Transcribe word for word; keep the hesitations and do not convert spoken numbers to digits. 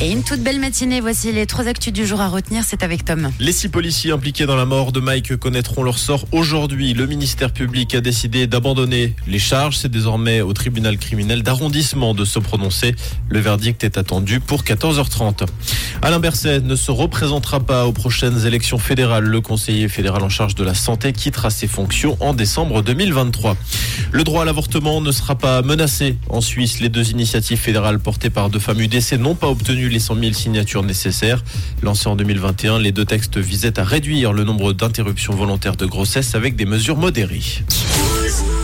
Et une toute belle matinée. Voici les trois actus du jour à retenir. C'est avec Tom. Les six policiers impliqués dans la mort de Mike connaîtront leur sort aujourd'hui. Le ministère public a décidé d'abandonner les charges. C'est désormais au tribunal criminel d'arrondissement de se prononcer. Le verdict est attendu pour quatorze heures trente. Alain Berset ne se représentera pas aux prochaines élections fédérales. Le conseiller fédéral en charge de la santé quittera ses fonctions en décembre deux mille vingt-trois. Le droit à l'avortement ne sera pas menacé. En Suisse, les deux initiatives fédérales portées par deux femmes U D C n'ont pas obtenu les cent mille signatures nécessaires. Lancés en deux mille vingt et un, les deux textes visaient à réduire le nombre d'interruptions volontaires de grossesse avec des mesures modérées.